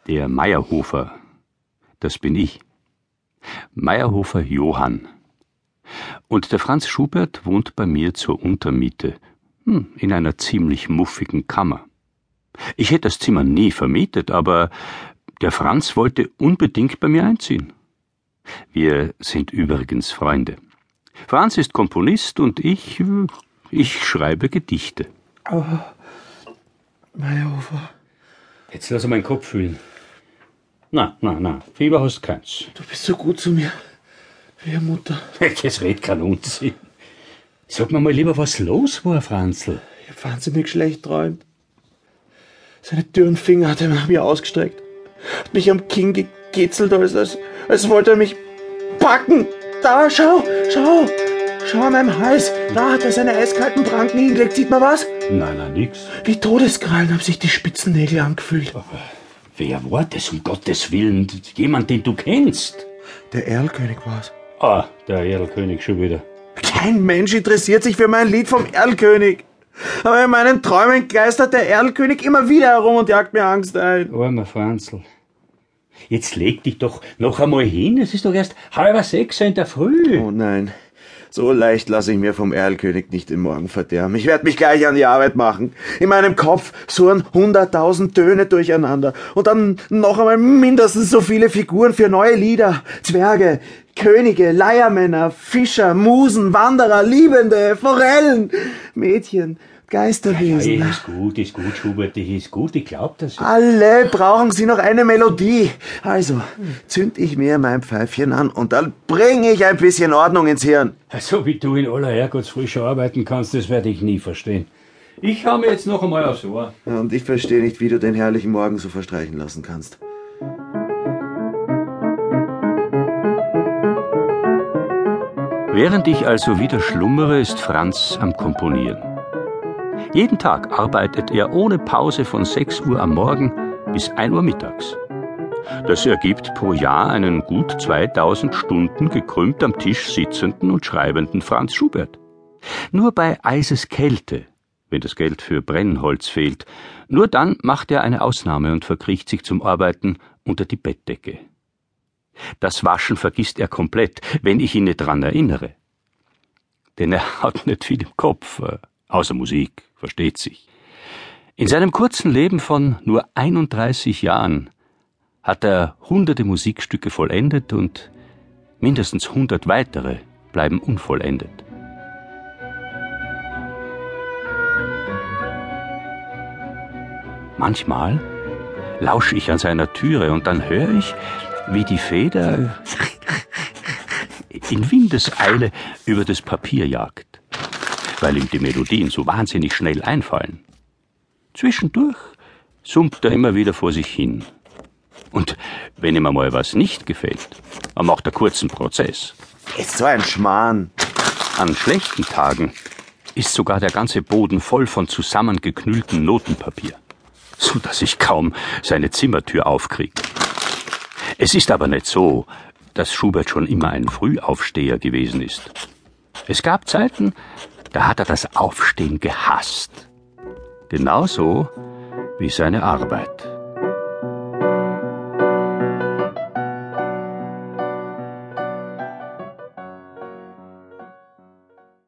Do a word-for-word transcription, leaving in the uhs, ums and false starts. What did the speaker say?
Der Meyerhofer, das bin ich. Meyerhofer Johann. Und der Franz Schubert wohnt bei mir zur Untermiete, hm, in einer ziemlich muffigen Kammer. Ich hätte das Zimmer nie vermietet, aber der Franz wollte unbedingt bei mir einziehen. Wir sind übrigens Freunde. Franz ist Komponist und ich, ich schreibe Gedichte. Oh, Meyerhofer. Jetzt lass meinen Kopf fühlen. Na, na, na, Fieber hast keins. Du bist so gut zu mir. Wie eine Mutter. Das redet kein Unsinn. Sag mir mal lieber, was los war, Franzl. Ich hab wahnsinnig schlecht träumt. Seine dürren Finger hat er nach mir ausgestreckt. Hat mich am Kinn gekitzelt, als, als, als wollte er mich packen. Da, schau, schau. Schau an meinem Hals. Da hat er seine eiskalten Pranken hingelegt. Sieht man was? Nein, nein, nix. Wie Todeskrallen haben sich die Spitzennägel angefühlt. Aber wer war das, um Gottes Willen? Jemand, den du kennst? Der Erlkönig war's. Ah, der Erlkönig schon wieder. Kein Mensch interessiert sich für mein Lied vom Erlkönig. Aber in meinen Träumen geistert der Erlkönig immer wieder herum und jagt mir Angst ein. Armer Franzl. Jetzt leg dich doch noch einmal hin. Es ist doch erst halb sechs in der Früh. Oh nein, so leicht lasse ich mir vom Erlkönig nicht den Morgen verderben. Ich werde mich gleich an die Arbeit machen. In meinem Kopf surren hunderttausend Töne durcheinander. Und dann noch einmal mindestens so viele Figuren für neue Lieder. Zwerge, Könige, Leiermänner, Fischer, Musen, Wanderer, Liebende, Forellen, Mädchen, Geisterwesen. Ja, ja, ist gut, ist gut, Schubert, das ist gut, ich glaub das. Alle brauchen sie noch eine Melodie. Also, zünd ich mir mein Pfeifchen an und dann bringe ich ein bisschen Ordnung ins Hirn. So wie du in aller Herrgottsfrische arbeiten kannst, das werde ich nie verstehen. Ich hau mir jetzt noch einmal aufs Ohr. Und ich verstehe nicht, wie du den herrlichen Morgen so verstreichen lassen kannst. Während ich also wieder schlummere, ist Franz am Komponieren. Jeden Tag arbeitet er ohne Pause von sechs Uhr am Morgen bis ein Uhr mittags. Das ergibt pro Jahr einen gut zweitausend Stunden gekrümmt am Tisch sitzenden und schreibenden Franz Schubert. Nur bei Eiseskälte, wenn das Geld für Brennholz fehlt, nur dann macht er eine Ausnahme und verkriecht sich zum Arbeiten unter die Bettdecke. Das Waschen vergisst er komplett, wenn ich ihn nicht dran erinnere. Denn er hat nicht viel im Kopf, äh, außer Musik, versteht sich. In seinem kurzen Leben von nur einunddreißig Jahren hat er hunderte Musikstücke vollendet und mindestens hundert weitere bleiben unvollendet. Manchmal lausche ich an seiner Türe und dann höre ich, wie die Feder in Windeseile über das Papier jagt, weil ihm die Melodien so wahnsinnig schnell einfallen. Zwischendurch summt er immer wieder vor sich hin. Und wenn ihm einmal was nicht gefällt, er macht er kurzen Prozess. Ist so ein Schmarrn. An schlechten Tagen ist sogar der ganze Boden voll von zusammengeknülltem Notenpapier, so dass ich kaum seine Zimmertür aufkriege. Es ist aber nicht so, dass Schubert schon immer ein Frühaufsteher gewesen ist. Es gab Zeiten, da hat er das Aufstehen gehasst. Genauso wie seine Arbeit.